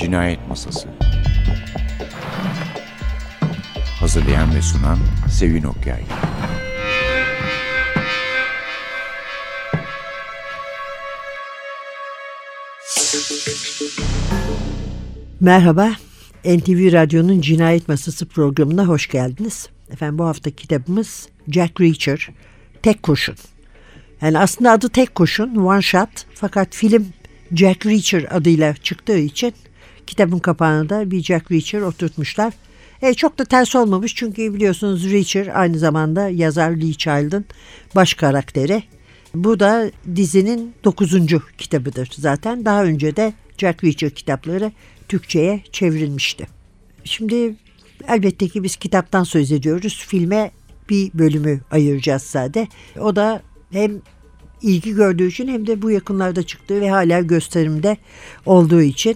Cinayet Masası. Hazırlayan ve sunan Sevin Okyay. Merhaba, NTV Radyo'nun Cinayet Masası programına hoş geldiniz. Efendim, bu hafta kitabımız Jack Reacher, Tek Kurşun. Yani aslında adı Tek Kurşun, One Shot, fakat film Jack Reacher adıyla çıktığı için kitabın kapağına da bir Jack Reacher oturtmuşlar. Çok da ters olmamış, çünkü biliyorsunuz Reacher aynı zamanda yazar Lee Child'ın baş karakteri. Bu da dizinin 9. kitabıdır zaten. Daha önce de Jack Reacher kitapları Türkçe'ye çevrilmişti. Şimdi elbette ki biz kitaptan söz ediyoruz. Filme bir bölümü ayıracağız sadece. O da hem ilgi gördüğü için hem de bu yakınlarda çıktığı ve hala gösterimde olduğu için.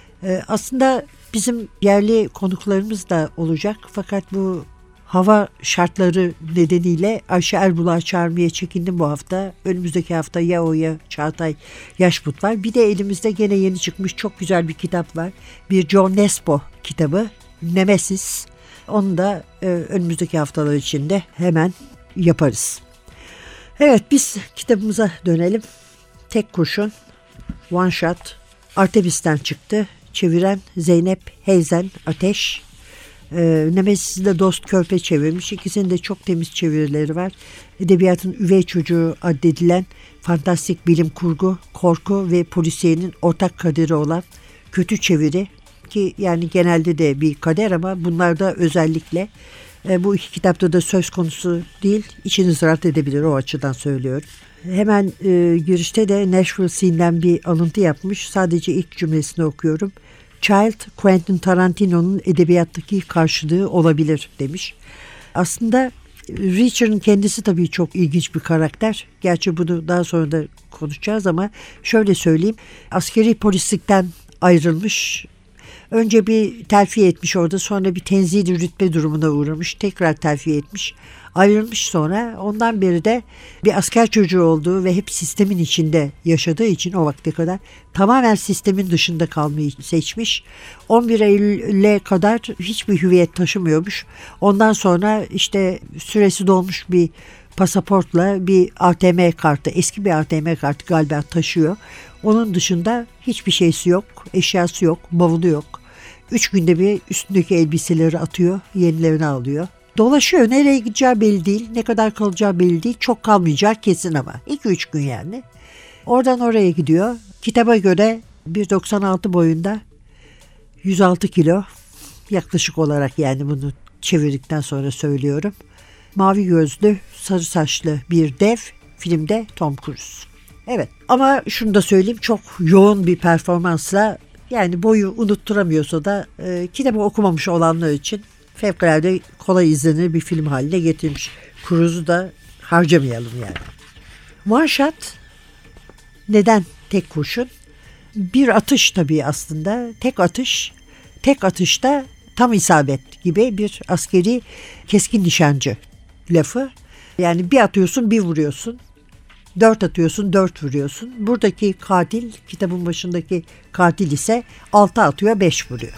Aslında bizim yerli konuklarımız da olacak, fakat bu hava şartları nedeniyle Ayşe Erbulak'ı çağırmaya çekindim bu hafta. Önümüzdeki hafta ya o ya Çağatay Yaşbut var. Bir de elimizde gene yeni çıkmış çok güzel bir kitap var. Bir John Nesbo kitabı, Nemesis. Onu da önümüzdeki haftalar içinde hemen yaparız. Evet, biz kitabımıza dönelim. Tek Kurşun, One Shot, Artemis'ten çıktı. Çeviren Zeynep Heyzen Ateş. Nemesis'i de Dost Körpe çevirmiş. İkisinin de çok temiz çevirileri var. Edebiyatın üvey çocuğu addedilen fantastik bilim kurgu, korku ve polisiyenin ortak kaderi olan kötü çeviri, ki yani genelde de bir kader ama bunlarda özellikle bu iki kitapta da söz konusu değil. İçiniz rahat edebilir, o açıdan söylüyorum. Hemen girişte de Nashville Scene'den bir alıntı yapmış. Sadece ilk cümlesini okuyorum. Child, Quentin Tarantino'nun edebiyattaki karşılığı olabilir demiş. Aslında Reacher'ın kendisi tabii çok ilginç bir karakter. Gerçi bunu daha sonra da konuşacağız ama şöyle söyleyeyim. Askeri polislikten ayrılmış. Önce bir terfi etmiş orada, sonra bir tenzil rütbe durumuna uğramış. Tekrar terfi etmiş. Ayrılmış sonra. Ondan beri de bir asker çocuğu olduğu ve hep sistemin içinde yaşadığı için o vakte kadar tamamen sistemin dışında kalmayı seçmiş. 11 Eylül'e kadar hiçbir hüviyet taşımıyormuş. Ondan sonra işte süresi dolmuş bir pasaportla bir ATM kartı, eski bir ATM kartı galiba taşıyor. Onun dışında hiçbir şeysi yok, eşyası yok, bavulu yok. 3 günde bir üstündeki elbiseleri atıyor, yenilerini alıyor. Dolaşıyor, nereye gideceği belli değil, ne kadar kalacağı belli değil, çok kalmayacağı kesin ama 2-3 gün yani. Oradan oraya gidiyor. Kitaba göre 1.96 boyunda, 106 kilo yaklaşık olarak, yani bunu çevirdikten sonra söylüyorum. Mavi gözlü, sarı saçlı bir dev, filmde Tom Cruise. Evet, ama şunu da söyleyeyim, çok yoğun bir performansla, yani boyu unutturamıyorsa da kitabı okumamış olanlar için fevkalade kolay izlenir bir film haline getirmiş. Cruise'u da harcamayalım yani. One Shot, neden tek kurşun? Bir atış tabii aslında. Tek atışta tam isabet gibi bir askeri keskin nişancı lafı. Yani bir atıyorsun, bir vuruyorsun. 4 atıyorsun, 4 vuruyorsun. Buradaki katil, kitabın başındaki katil ise 6 atıyor, 5 vuruyor.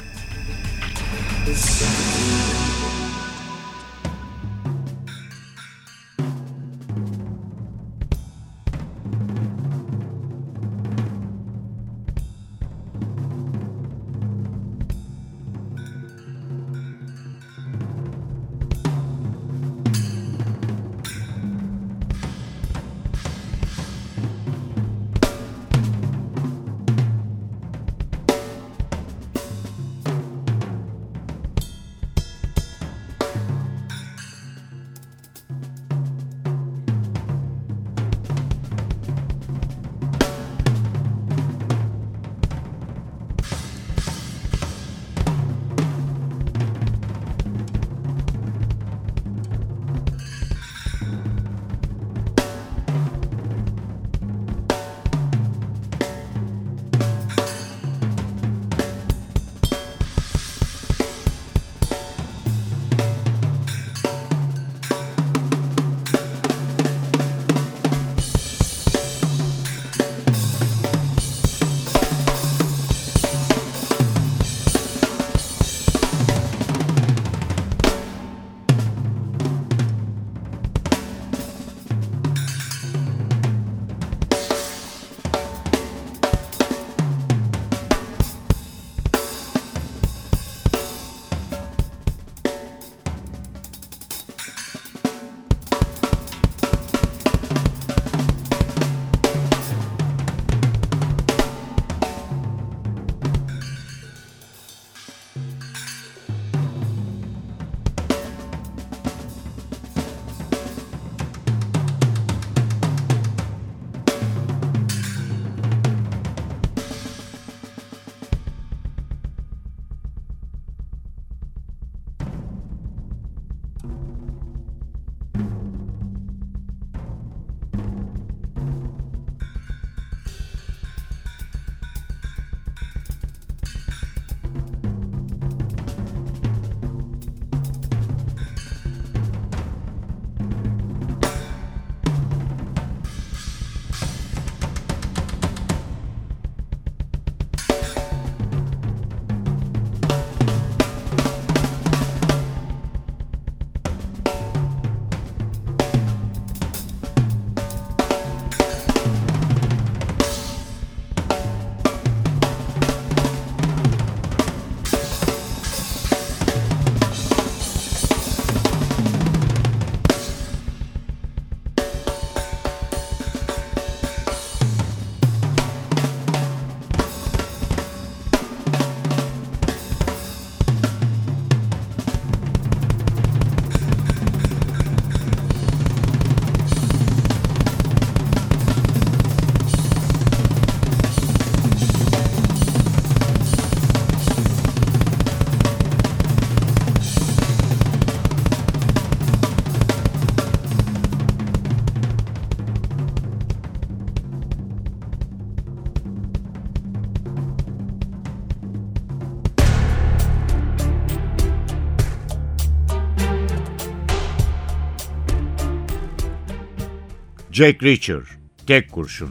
Jack Reacher, tek kurşun.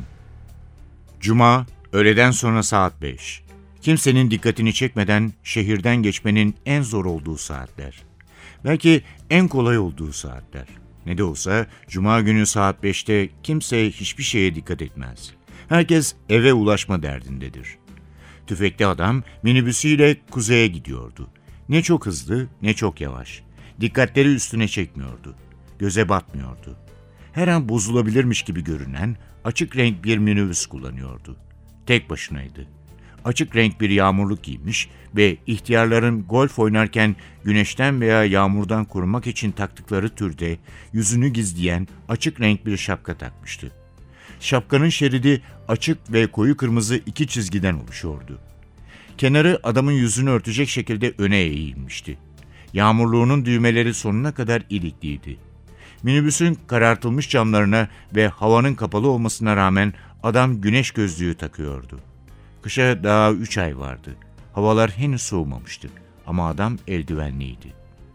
Cuma, öğleden sonra saat 5. Kimsenin dikkatini çekmeden şehirden geçmenin en zor olduğu saatler. Belki en kolay olduğu saatler. Ne de olsa Cuma günü saat 5'te kimse hiçbir şeye dikkat etmez. Herkes eve ulaşma derdindedir. Tüfekli adam minibüsüyle kuzeye gidiyordu. Ne çok hızlı ne çok yavaş. Dikkatleri üstüne çekmiyordu. Göze batmıyordu. Her an bozulabilirmiş gibi görünen açık renk bir minibüs kullanıyordu. Tek başınaydı. Açık renk bir yağmurluk giymiş ve ihtiyarların golf oynarken güneşten veya yağmurdan korumak için taktıkları türde yüzünü gizleyen açık renk bir şapka takmıştı. Şapkanın şeridi açık ve koyu kırmızı iki çizgiden oluşuyordu. Kenarı adamın yüzünü örtecek şekilde öne eğilmişti. Yağmurluğunun düğmeleri sonuna kadar ilikliydi. Minibüsün karartılmış camlarına ve havanın kapalı olmasına rağmen adam güneş gözlüğü takıyordu. Kışa daha 3 ay vardı. Havalar henüz soğumamıştı ama adam eldivenliydi.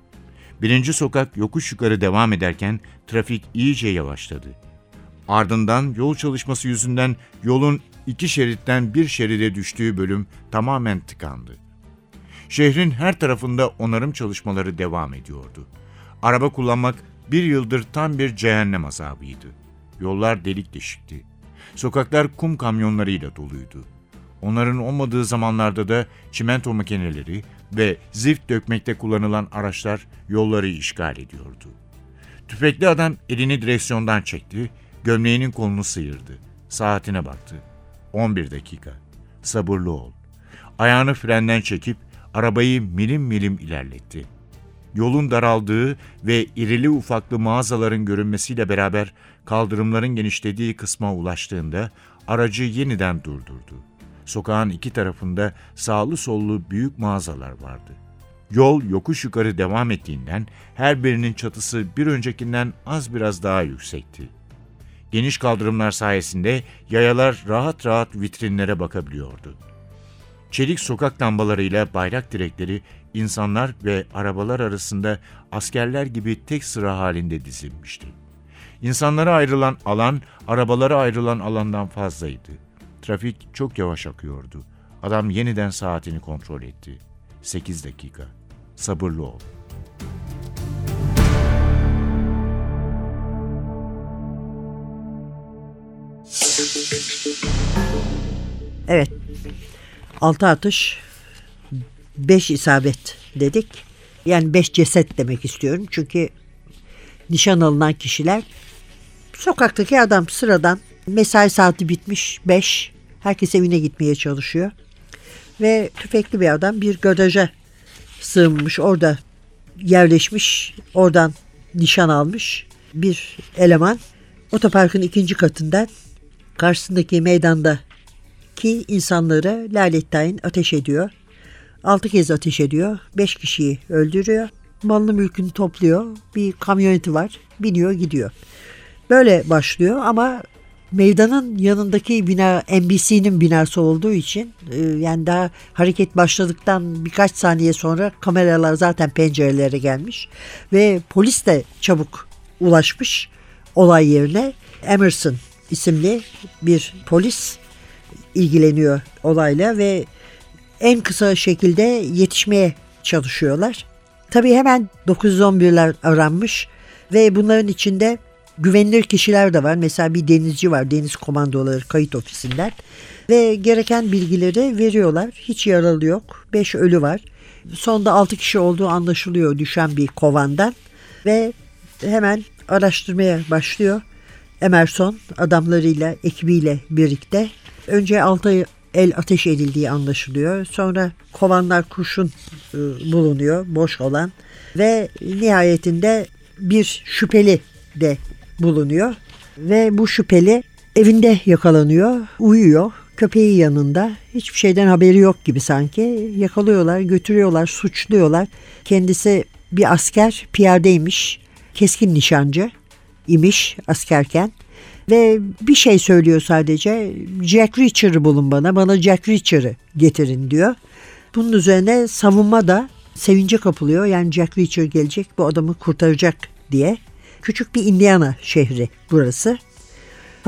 Birinci sokak yokuş yukarı devam ederken trafik iyice yavaşladı. Ardından yol çalışması yüzünden yolun 2 şeritten bir şeride düştüğü bölüm tamamen tıkandı. Şehrin her tarafında onarım çalışmaları devam ediyordu. Araba kullanmak bir yıldır tam bir cehennem azabıydı. Yollar delik deşikti. Sokaklar kum kamyonlarıyla doluydu. Onların olmadığı zamanlarda da çimento makineleri ve zift dökmekte kullanılan araçlar yolları işgal ediyordu. Tüfekli adam elini direksiyondan çekti, gömleğinin kolunu sıyırdı. Saatine baktı. 11 dakika. Sabırlı ol. Ayağını frenden çekip arabayı milim milim ilerletti. Yolun daraldığı ve irili ufaklı mağazaların görünmesiyle beraber kaldırımların genişlediği kısma ulaştığında aracı yeniden durdurdu. Sokağın iki tarafında sağlı sollu büyük mağazalar vardı. Yol yokuş yukarı devam ettiğinden her birinin çatısı bir öncekinden az biraz daha yüksekti. Geniş kaldırımlar sayesinde yayalar rahat rahat vitrinlere bakabiliyordu. Çelik sokak lambalarıyla bayrak direkleri insanlar ve arabalar arasında askerler gibi tek sıra halinde dizilmişti. İnsanlara ayrılan alan, arabalara ayrılan alandan fazlaydı. Trafik çok yavaş akıyordu. Adam yeniden saatini kontrol etti. 8 dakika. Sabırlı ol. Evet. 6 atış, 5 isabet dedik. Yani 5 ceset demek istiyorum. Çünkü nişan alınan kişiler sokaktaki adam, sıradan, mesai saati bitmiş 5. Herkes evine gitmeye çalışıyor. Ve tüfekli bir adam bir garaja sığınmış, orada yerleşmiş, oradan nişan almış bir eleman. Otoparkın 2. katından karşısındaki meydandaki insanlara lalettayin ateş ediyor. 6 kez ateş ediyor. 5 kişiyi öldürüyor. Malını mülkünü topluyor. Bir kamyoneti var. Biniyor gidiyor. Böyle başlıyor ama meydanın yanındaki bina NBC'nin binası olduğu için yani daha hareket başladıktan birkaç saniye sonra kameralar zaten pencerelere gelmiş ve polis de çabuk ulaşmış olay yerine. Emerson isimli bir polis ilgileniyor olayla ve en kısa şekilde yetişmeye çalışıyorlar. Tabii hemen 911'ler aranmış ve bunların içinde güvenilir kişiler de var. Mesela bir denizci var, deniz komandoları kayıt ofisinden ve gereken bilgileri veriyorlar. Hiç yaralı yok. 5 ölü var. Sonunda 6 kişi olduğu anlaşılıyor düşen bir kovandan ve hemen araştırmaya başlıyor. Emerson adamlarıyla, ekibiyle birlikte önce 6 el ateş edildiği anlaşılıyor. Sonra kovanlar kurşun bulunuyor, boş olan ve nihayetinde bir şüpheli de bulunuyor ve bu şüpheli evinde yakalanıyor, uyuyor, köpeği yanında, hiçbir şeyden haberi yok gibi sanki. Yakalıyorlar, götürüyorlar, suçluyorlar. Kendisi bir asker, piyadeymiş, keskin nişancı imiş askerken ve bir şey söylüyor sadece. Jack Reacher'ı bulun bana Jack Reacher'ı getirin diyor. Bunun üzerine savunma da sevince kapılıyor. Yani Jack Reacher gelecek, bu adamı kurtaracak diye. Küçük bir Indiana şehri burası.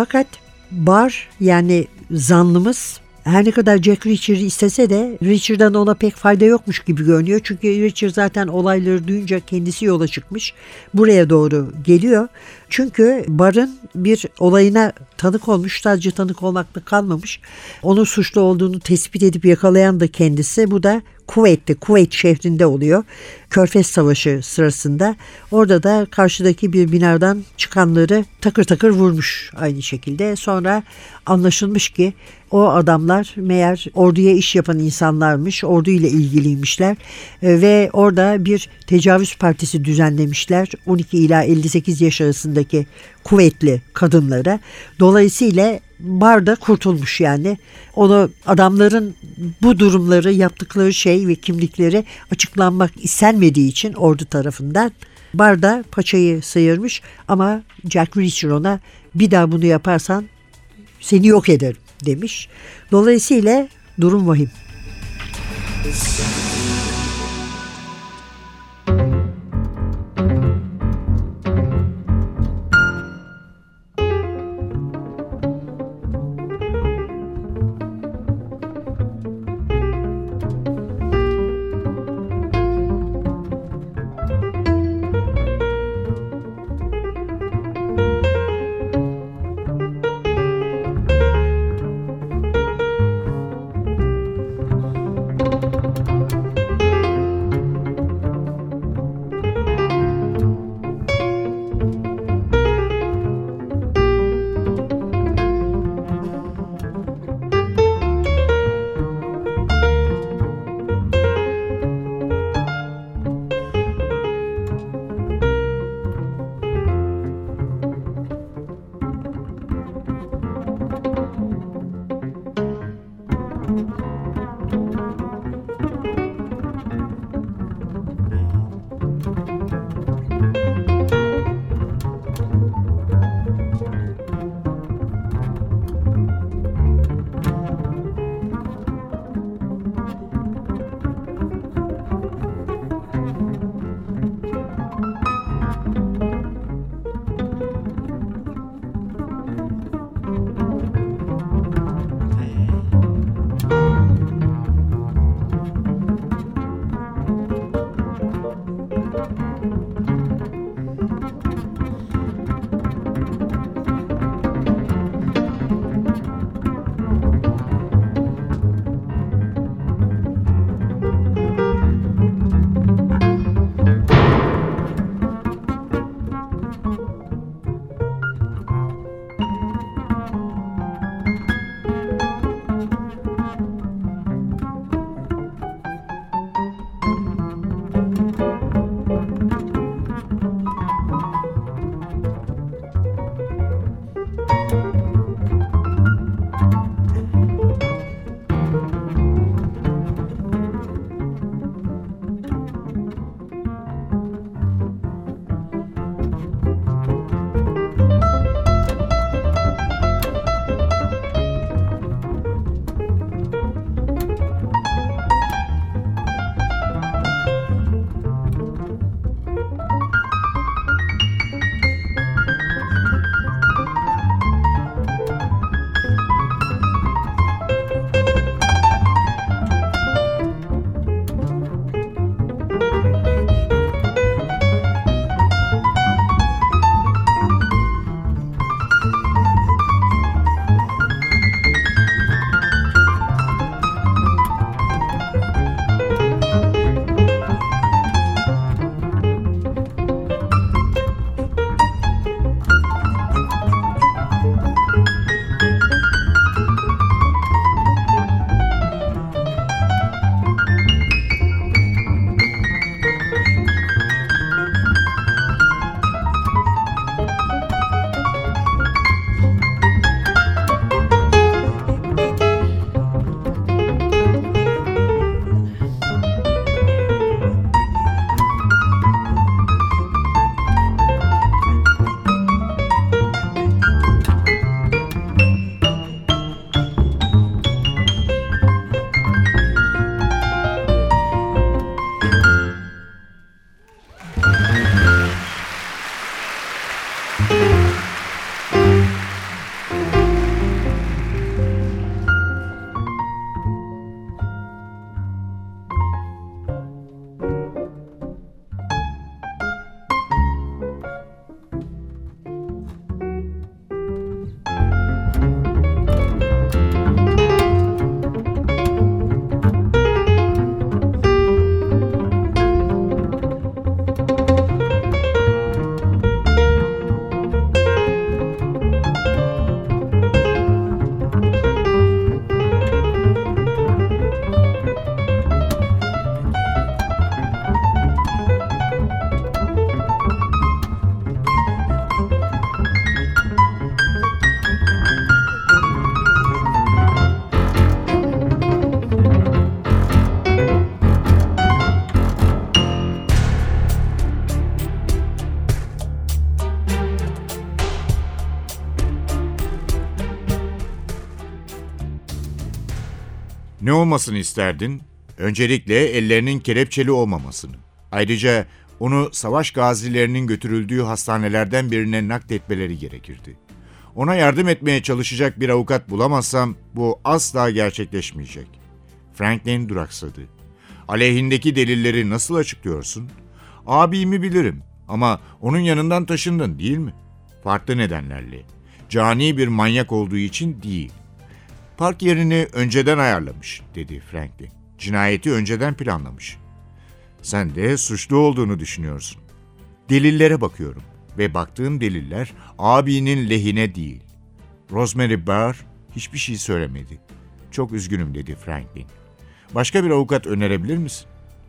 Fakat Barr, yani zanlımız, her ne kadar Jack Reacher'ı istese de Reacher'dan ona pek fayda yokmuş gibi görünüyor. Çünkü Reacher zaten olayları duyunca kendisi yola çıkmış. Buraya doğru geliyor. Çünkü Barr'ın bir olayına tanık olmuş. Sadece tanık olmakla kalmamış. Onun suçlu olduğunu tespit edip yakalayan da kendisi. Bu da Kuveyt şehrinde oluyor. Körfez Savaşı sırasında. Orada da karşıdaki bir binadan çıkanları takır takır vurmuş aynı şekilde. Sonra anlaşılmış ki o adamlar meğer orduya iş yapan insanlarmış. Orduyla ilgiliymişler. Ve orada bir tecavüz partisi düzenlemişler. 12 ila 58 yaş arasındaki Kuveytli kadınlara. Dolayısıyla Barr da kurtulmuş yani. Onu, adamların bu durumları, yaptıkları şey ve kimlikleri açıklanmak istenmediği için ordu tarafından Barr da paçayı sıyırmış, ama Jack Reacher ona bir daha bunu yaparsan seni yok ederim demiş. Dolayısıyla durum vahim. Ne olmasını isterdin? Öncelikle ellerinin kelepçeli olmamasını. Ayrıca onu savaş gazilerinin götürüldüğü hastanelerden birine nakletmeleri gerekirdi. Ona yardım etmeye çalışacak bir avukat bulamazsam bu asla gerçekleşmeyecek. Franklin duraksadı. Aleyhindeki delilleri nasıl açıklıyorsun? Abimi bilirim ama onun yanından taşındın değil mi? Farklı nedenlerle. Cani bir manyak olduğu için değil. Park yerini önceden ayarlamış, dedi Franklin. Cinayeti önceden planlamış. Sen de suçlu olduğunu düşünüyorsun. Delillere bakıyorum ve baktığım deliller abinin lehine değil. Rosemary Barr hiçbir şey söylemedi. Çok üzgünüm, dedi Franklin. Başka bir avukat önerebilir misin?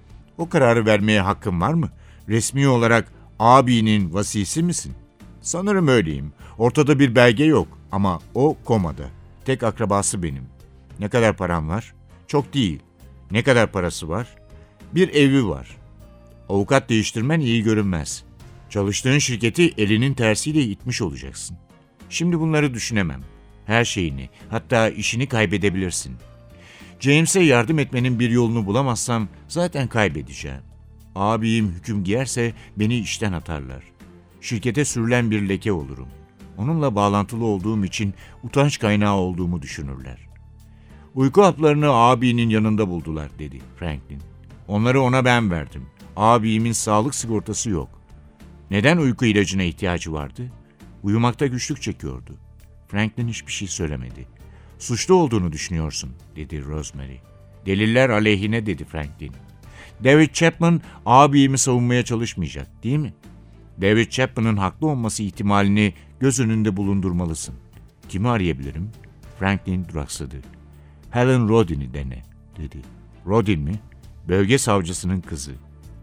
O kararı vermeye hakkın var mı? Resmi olarak abinin vasisi misin? Sanırım öyleyim. Ortada bir belge yok ama o komada. Tek akrabası benim. Ne kadar param var? Çok değil. Ne kadar parası var? Bir evi var. Avukat değiştirmen iyi görünmez. Çalıştığın şirketi elinin tersiyle itmiş olacaksın. Şimdi bunları düşünemem. Her şeyini, hatta işini kaybedebilirsin. James'e yardım etmenin bir yolunu bulamazsam zaten kaybedeceğim. Abim hüküm giyerse beni işten atarlar. Şirkete sürülen bir leke olurum. Onunla bağlantılı olduğum için utanç kaynağı olduğumu düşünürler. Uyku haplarını abinin yanında buldular, dedi Franklin. Onları ona ben verdim. Abimin sağlık sigortası yok. Neden uyku ilacına ihtiyacı vardı? Uyumakta güçlük çekiyordu. Franklin hiçbir şey söylemedi. Suçlu olduğunu düşünüyorsun, dedi Rosemary. Deliller aleyhine, dedi Franklin. David Chapman abimi savunmaya çalışmayacak, değil mi? David Chapman'ın haklı olması ihtimalini göz önünde bulundurmalısın. Kimi arayabilirim? Franklin duraksadı. Helen Rodin'i dene, dedi. Rodin mi? Bölge savcısının kızı.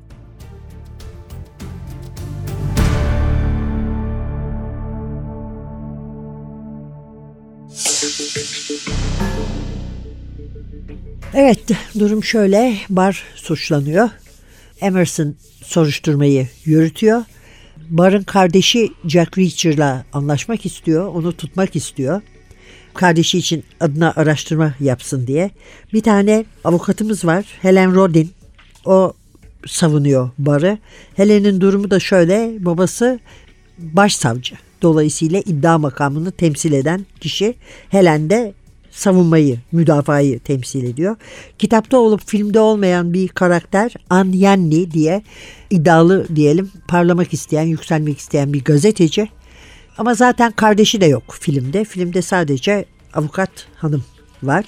Evet, durum şöyle. Barr suçlanıyor. Emerson soruşturmayı yürütüyor. Barr'ın kardeşi Jack Reacher'la anlaşmak istiyor. Onu tutmak istiyor. Kardeşi için adına araştırma yapsın diye. Bir tane avukatımız var. Helen Rodin. O savunuyor Barr'ı. Helen'in durumu da şöyle. Babası başsavcı. Dolayısıyla iddia makamını temsil eden kişi. Helen de savunmayı, müdafayı temsil ediyor. Kitapta olup filmde olmayan bir karakter Ann Yanni diye iddialı diyelim, parlamak isteyen, yükselmek isteyen bir gazeteci. Ama zaten kardeşi de yok filmde. Filmde sadece avukat hanım var.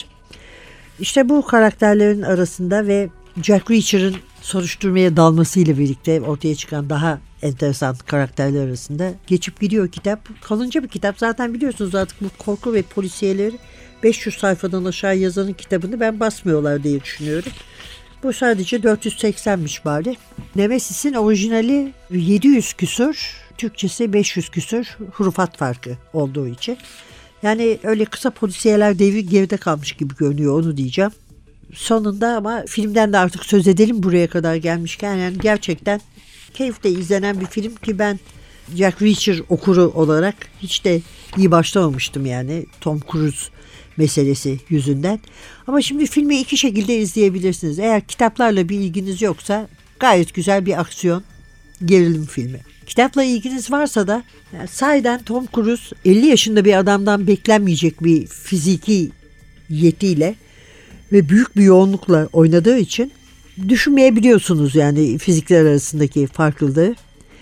İşte bu karakterlerin arasında ve Jack Reacher'ın soruşturmaya dalmasıyla birlikte ortaya çıkan daha enteresan karakterler arasında geçip gidiyor kitap. Kalınca bir kitap. Zaten biliyorsunuz artık bu korku ve polisiyeleri 500 sayfadan aşağı yazanın kitabını ben basmıyorlar diye düşünüyorum. Bu sadece 480'miş bari. Nemesis'in orijinali 700 küsur, Türkçesi 500 küsur hurufat farkı olduğu için. Yani öyle kısa polisiyeler devri geride kalmış gibi görünüyor, onu diyeceğim. Sonunda ama filmden de artık söz edelim buraya kadar gelmişken. Yani gerçekten keyifle izlenen bir film ki ben Jack Reacher okuru olarak hiç de iyi başlamamıştım yani Tom Cruise meselesi yüzünden. Ama şimdi filmi iki şekilde izleyebilirsiniz. Eğer kitaplarla bir ilginiz yoksa gayet güzel bir aksiyon gerilim filmi. Kitapla ilginiz varsa da yani sahiden Tom Cruise 50 yaşında bir adamdan beklenmeyecek bir fiziki yetiyle ve büyük bir yoğunlukla oynadığı için düşünmeyebiliyorsunuz yani fizikler arasındaki farklılığı.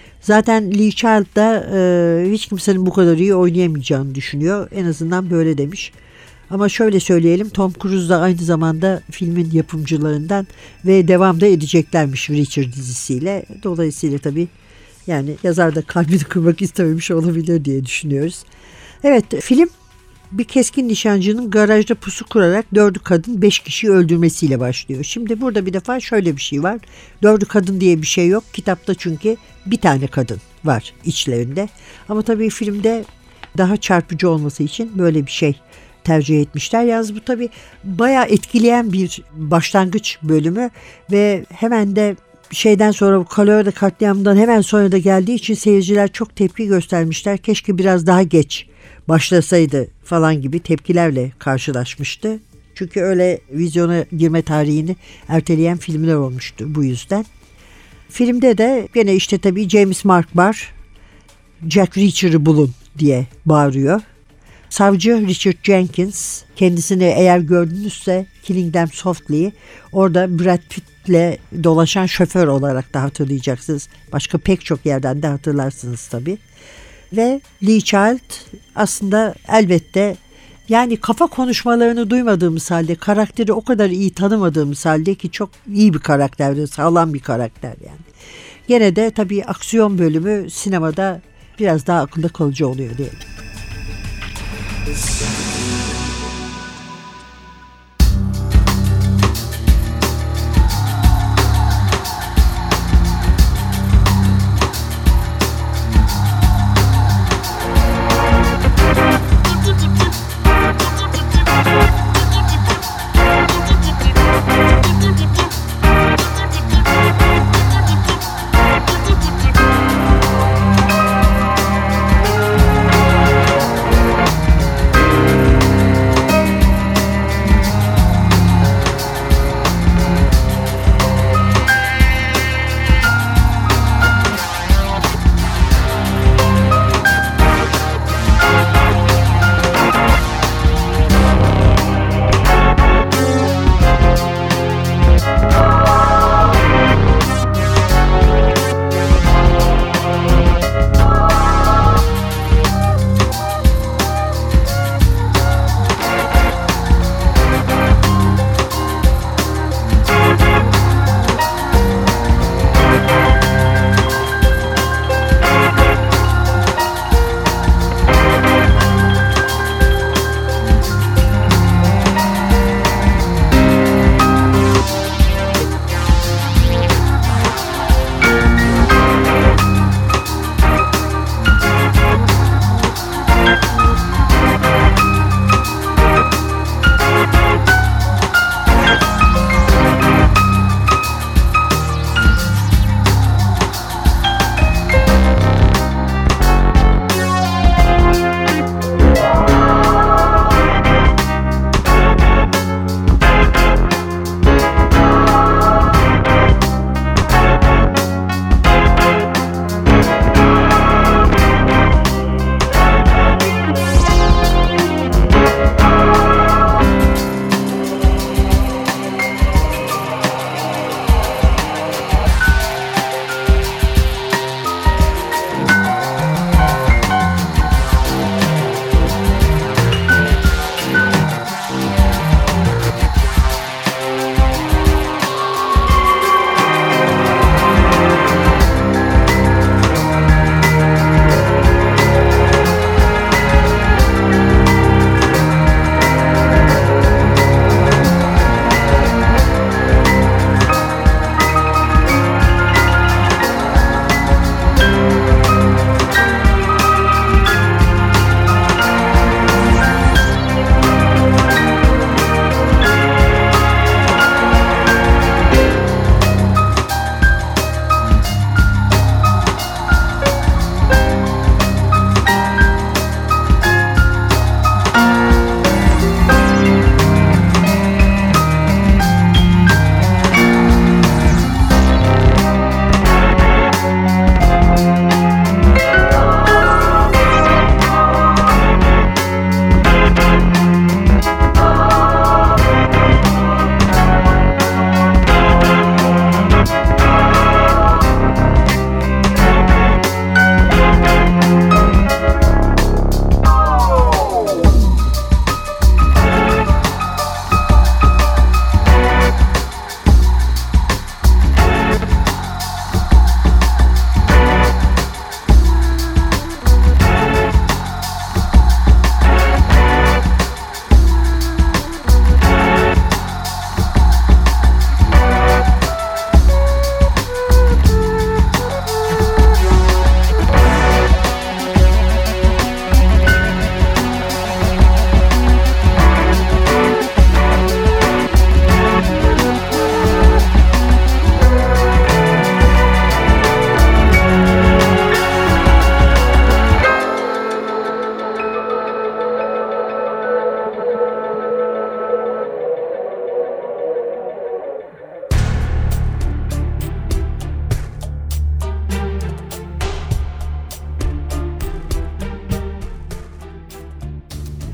Zaten Lee Child da hiç kimsenin bu kadar iyi oynayamayacağını düşünüyor. En azından böyle demiş. Ama şöyle söyleyelim, Tom Cruise da aynı zamanda filmin yapımcılarından ve devam da edeceklermiş Reacher dizisiyle. Dolayısıyla tabii yani yazar da kalbini kırmak istememiş olabilir diye düşünüyoruz. Evet, film bir keskin nişancının garajda pusu kurarak 4'ü kadın 5 kişiyi öldürmesiyle başlıyor. Şimdi burada bir defa şöyle bir şey var. 4'ü kadın diye bir şey yok. Kitapta çünkü bir tane kadın var içlerinde. Ama tabii filmde daha çarpıcı olması için böyle bir şey tercih etmişler. Yalnız bu tabii bayağı etkileyen bir başlangıç bölümü ve hemen de şeyden sonra bu Colorado katliamından hemen sonra da geldiği için seyirciler çok tepki göstermişler. Keşke biraz daha geç başlasaydı falan gibi tepkilerle karşılaşmıştı. Çünkü öyle vizyona girme tarihini erteleyen filmler olmuştu bu yüzden. Filmde de gene işte tabii James Mark var. Jack Reacher'ı bulun diye bağırıyor. Savcı Richard Jenkins, kendisini eğer gördünüzse Killing Them Softly, orada Brad Pitt'le dolaşan şoför olarak da hatırlayacaksınız. Başka pek çok yerden de hatırlarsınız tabii. Ve Lee Child aslında elbette yani kafa konuşmalarını duymadığımız halde, karakteri o kadar iyi tanımadığımız halde ki çok iyi bir karakterdi, sağlam bir karakter yani. Gene de tabii aksiyon bölümü sinemada biraz daha akılda kalıcı oluyor diyelim.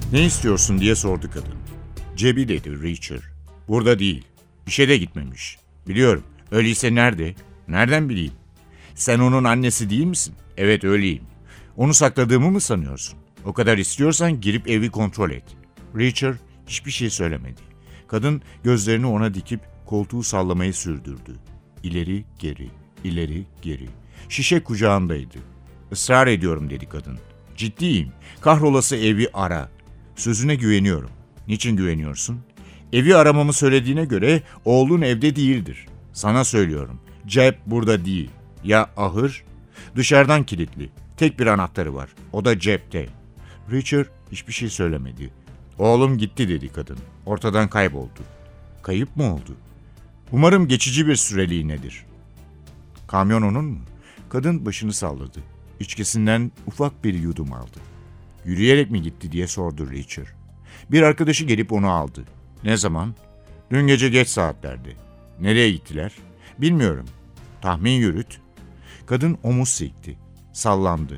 Ne istiyorsun diye sordu kadın. Cebi dedi Richard. Burada değil. İşe de gitmemiş. Biliyorum. Öyleyse nerede? Nereden bileyim? Sen onun annesi değil misin? Evet öyleyim. Onu sakladığımı mı sanıyorsun? O kadar istiyorsan girip evi kontrol et. Richard hiçbir şey söylemedi. Kadın gözlerini ona dikip koltuğu sallamayı sürdürdü. İleri geri, ileri geri. Şişe kucağındaydı. Israr ediyorum dedi kadın. Ciddiyim. Kahrolası evi ara. Sözüne güveniyorum. Niçin güveniyorsun? Evi aramamı söylediğine göre oğlun evde değildir. Sana söylüyorum. Jeb burada değil. Ya ahır? Dışarıdan kilitli. Tek bir anahtarı var. O da cepte. Richard hiçbir şey söylemedi. Oğlum gitti dedi kadın. Ortadan kayboldu. Kayıp mı oldu? Umarım geçici bir süreliğinedir. Kamyon onun mu? Kadın başını salladı. İçkisinden ufak bir yudum aldı. Yürüyerek mi gitti diye sordu Richard. Bir arkadaşı gelip onu aldı. Ne zaman? Dün gece geç saatlerde. Nereye gittiler? Bilmiyorum. Tahmin yürüt. Kadın omuz silkti. Sallandı.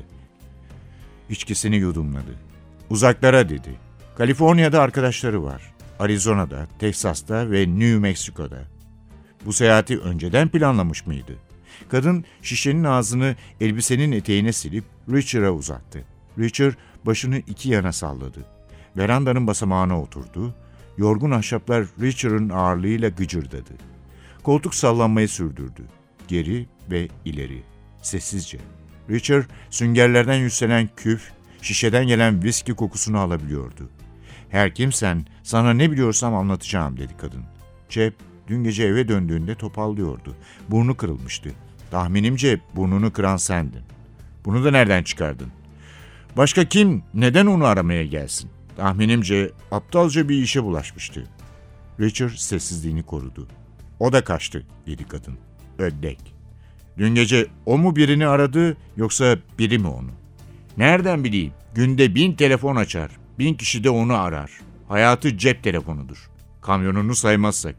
İçkisini yudumladı. Uzaklara dedi. Kaliforniya'da arkadaşları var. Arizona'da, Teksas'ta ve New Mexico'da. Bu seyahati önceden planlamış mıydı? Kadın şişenin ağzını elbisenin eteğine silip Richard'a uzattı. Richard başını iki yana salladı. Verandanın basamağına oturdu. Yorgun ahşaplar Richard'ın ağırlığıyla gıcırdadı. Koltuk sallanmayı sürdürdü. Geri ve ileri. Sessizce. Richard süngerlerden yükselen küf, şişeden gelen viski kokusunu alabiliyordu. Her kimsen sana ne biliyorsam anlatacağım dedi kadın. Jeb dün gece eve döndüğünde topallıyordu. Burnu kırılmıştı. Tahminimce burnunu kıran sendin. Bunu da nereden çıkardın? Başka kim neden onu aramaya gelsin? Tahminimce aptalca bir işe bulaşmıştı. Richard sessizliğini korudu. O da kaçtı dedi kadın. Ödlek. Dün gece o mu birini aradı yoksa biri mi onu? Nereden bileyim? Günde 1000 telefon açar. 1000 kişi de onu arar. Hayatı cep telefonudur. Kamyonunu saymazsak.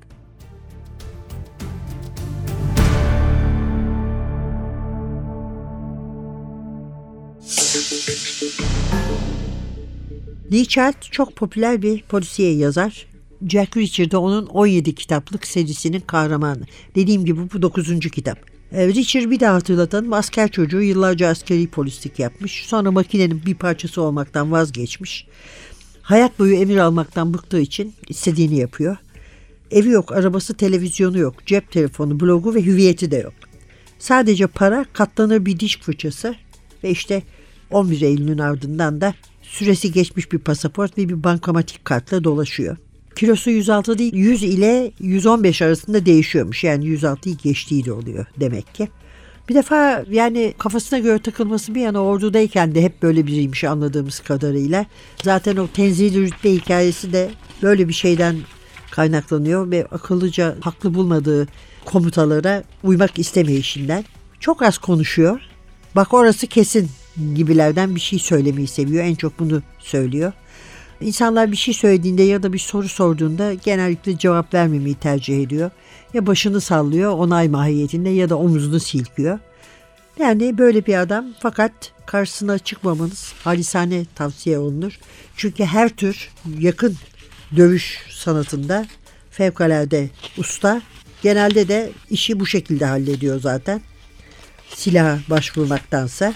Lee Child çok popüler bir polisiye yazar. Jack Reacher de onun 17 kitaplık serisinin kahramanı. Dediğim gibi bu 9. kitap. Reacher bir daha hatırlatalım. Asker çocuğu, yıllarca askeri polislik yapmış. Sonra makinenin bir parçası olmaktan vazgeçmiş. Hayat boyu emir almaktan bıktığı için istediğini yapıyor. Evi yok, arabası, televizyonu yok, cep telefonu, blogu ve hüviyeti de yok. Sadece para, katlanır bir diş fırçası ve işte 11 Eylül'ün ardından da süresi geçmiş bir pasaport ve bir bankamatik kartla dolaşıyor. Kilosu 106 değil 100 ile 115 arasında değişiyormuş. Yani 106'yı geçtiği de oluyor demek ki. Bir defa yani kafasına göre takılması bir yana ordudayken de hep böyle biriymiş anladığımız kadarıyla. Zaten o tenzil rütbe hikayesi de böyle bir şeyden kaynaklanıyor ve akıllıca haklı bulmadığı komutalara uymak istemeyişinden. Çok az konuşuyor. Bak orası kesin gibilerden bir şey söylemeyi seviyor. En çok bunu söylüyor. İnsanlar bir şey söylediğinde ya da bir soru sorduğunda genellikle cevap vermemeyi tercih ediyor. Ya başını sallıyor onay mahiyetinde ya da omuzunu silkiyor. Yani böyle bir adam, fakat karşısına çıkmamanız halisane tavsiye olunur. Çünkü her tür yakın dövüş sanatında fevkalade usta. Genelde de işi bu şekilde hallediyor zaten. Silaha başvurmaktansa.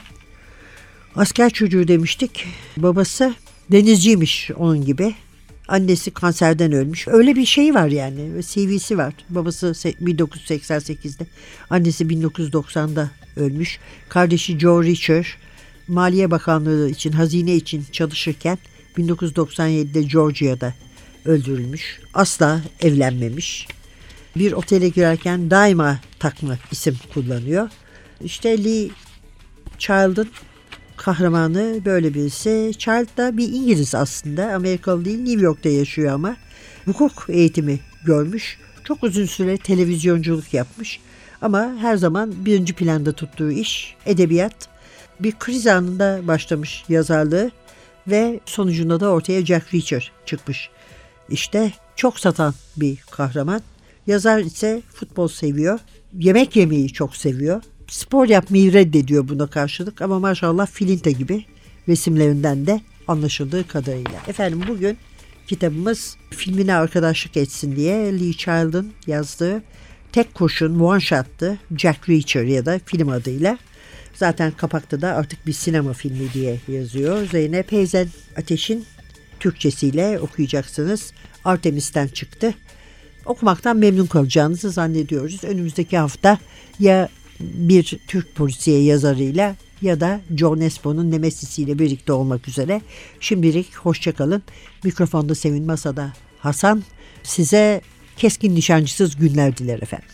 Asker çocuğu demiştik. Babası denizciymiş onun gibi. Annesi kanserden ölmüş. Öyle bir şey var yani. CV'si var. Babası 1988'de. Annesi 1990'da ölmüş. Kardeşi Joe Reacher Maliye Bakanlığı için, hazine için çalışırken 1997'de Georgia'da öldürülmüş. Asla evlenmemiş. Bir otele girerken daima takma isim kullanıyor. İşte Lee Child'ın kahramanı böyle birisi. Child da bir İngiliz aslında. Amerikalı değil, New York'ta yaşıyor ama. Hukuk eğitimi görmüş. Çok uzun süre televizyonculuk yapmış. Ama her zaman birinci planda tuttuğu iş edebiyat. Bir kriz anında başlamış yazarlığı ve sonucunda da ortaya Jack Reacher çıkmış. İşte çok satan bir kahraman. Yazar ise futbol seviyor. Yemek yemeyi çok seviyor. Spor yapmayı reddediyor buna karşılık ama maşallah filinta gibi resimlerinden de anlaşıldığı kadarıyla. Efendim bugün kitabımız filmine arkadaşlık etsin diye Lee Child'ın yazdığı Tek Kurşun One Shot'tı, Jack Reacher ya da film adıyla. Zaten kapakta da artık bir sinema filmi diye yazıyor. Zeynep Heyzen Ateş'in Türkçesiyle okuyacaksınız. Artemis'ten çıktı. Okumaktan memnun kalacağınızı zannediyoruz. Önümüzdeki hafta ya bir Türk polisiye yazarıyla ya da John Espo'nun Nemesis'iyle birlikte olmak üzere. Şimdilik hoşçakalın. Mikrofonda Sevin, masada Hasan. Size keskin nişancısız günler diler efendim.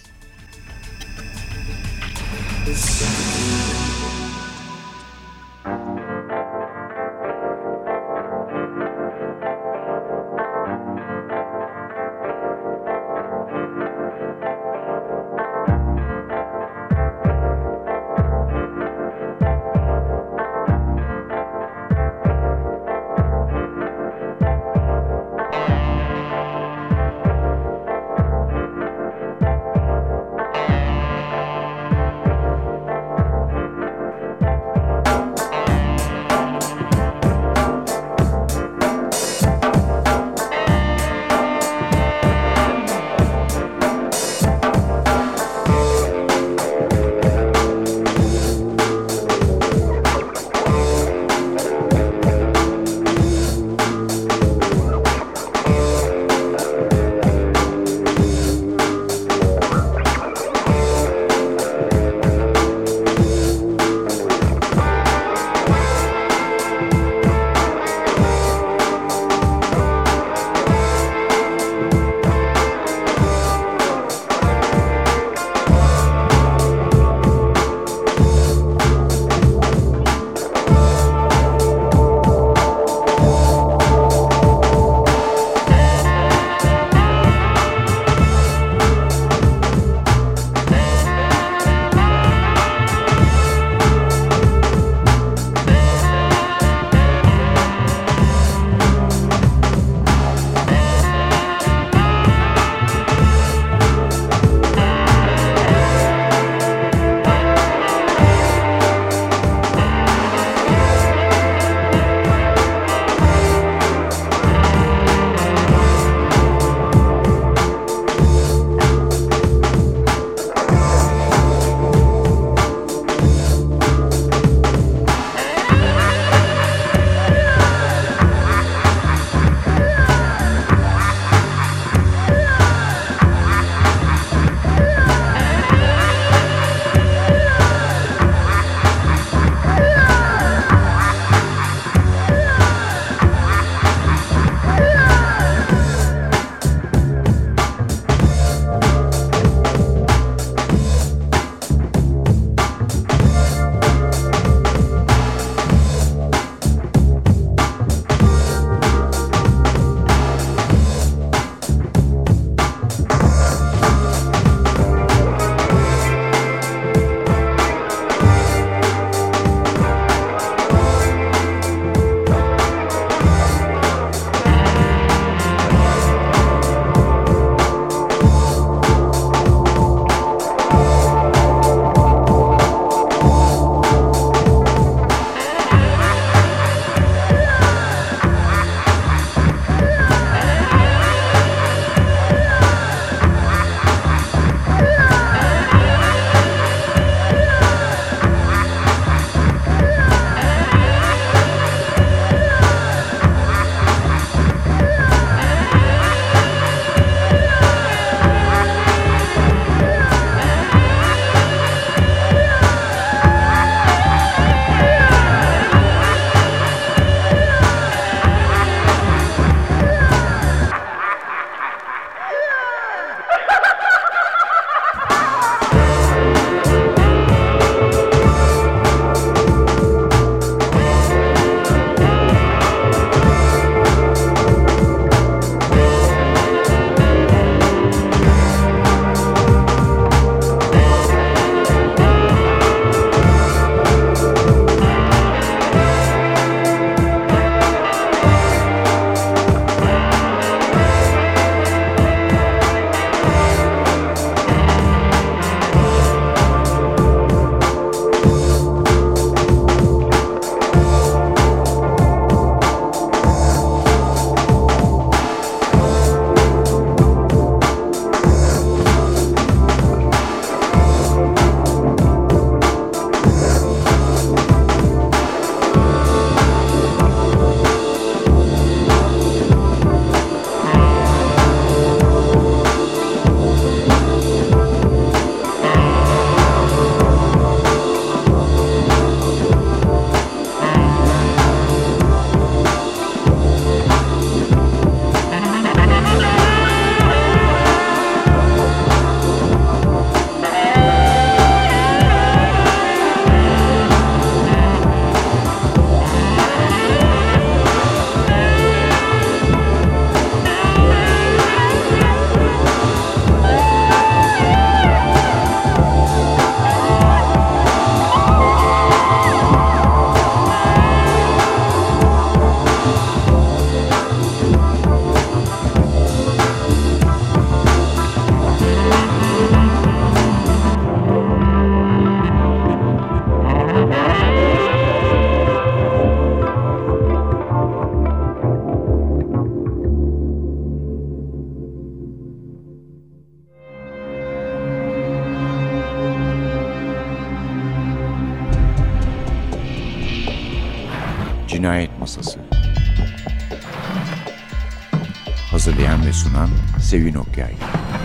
Cinayet Masası. Hazırlayan ve sunan Sevin Okyay.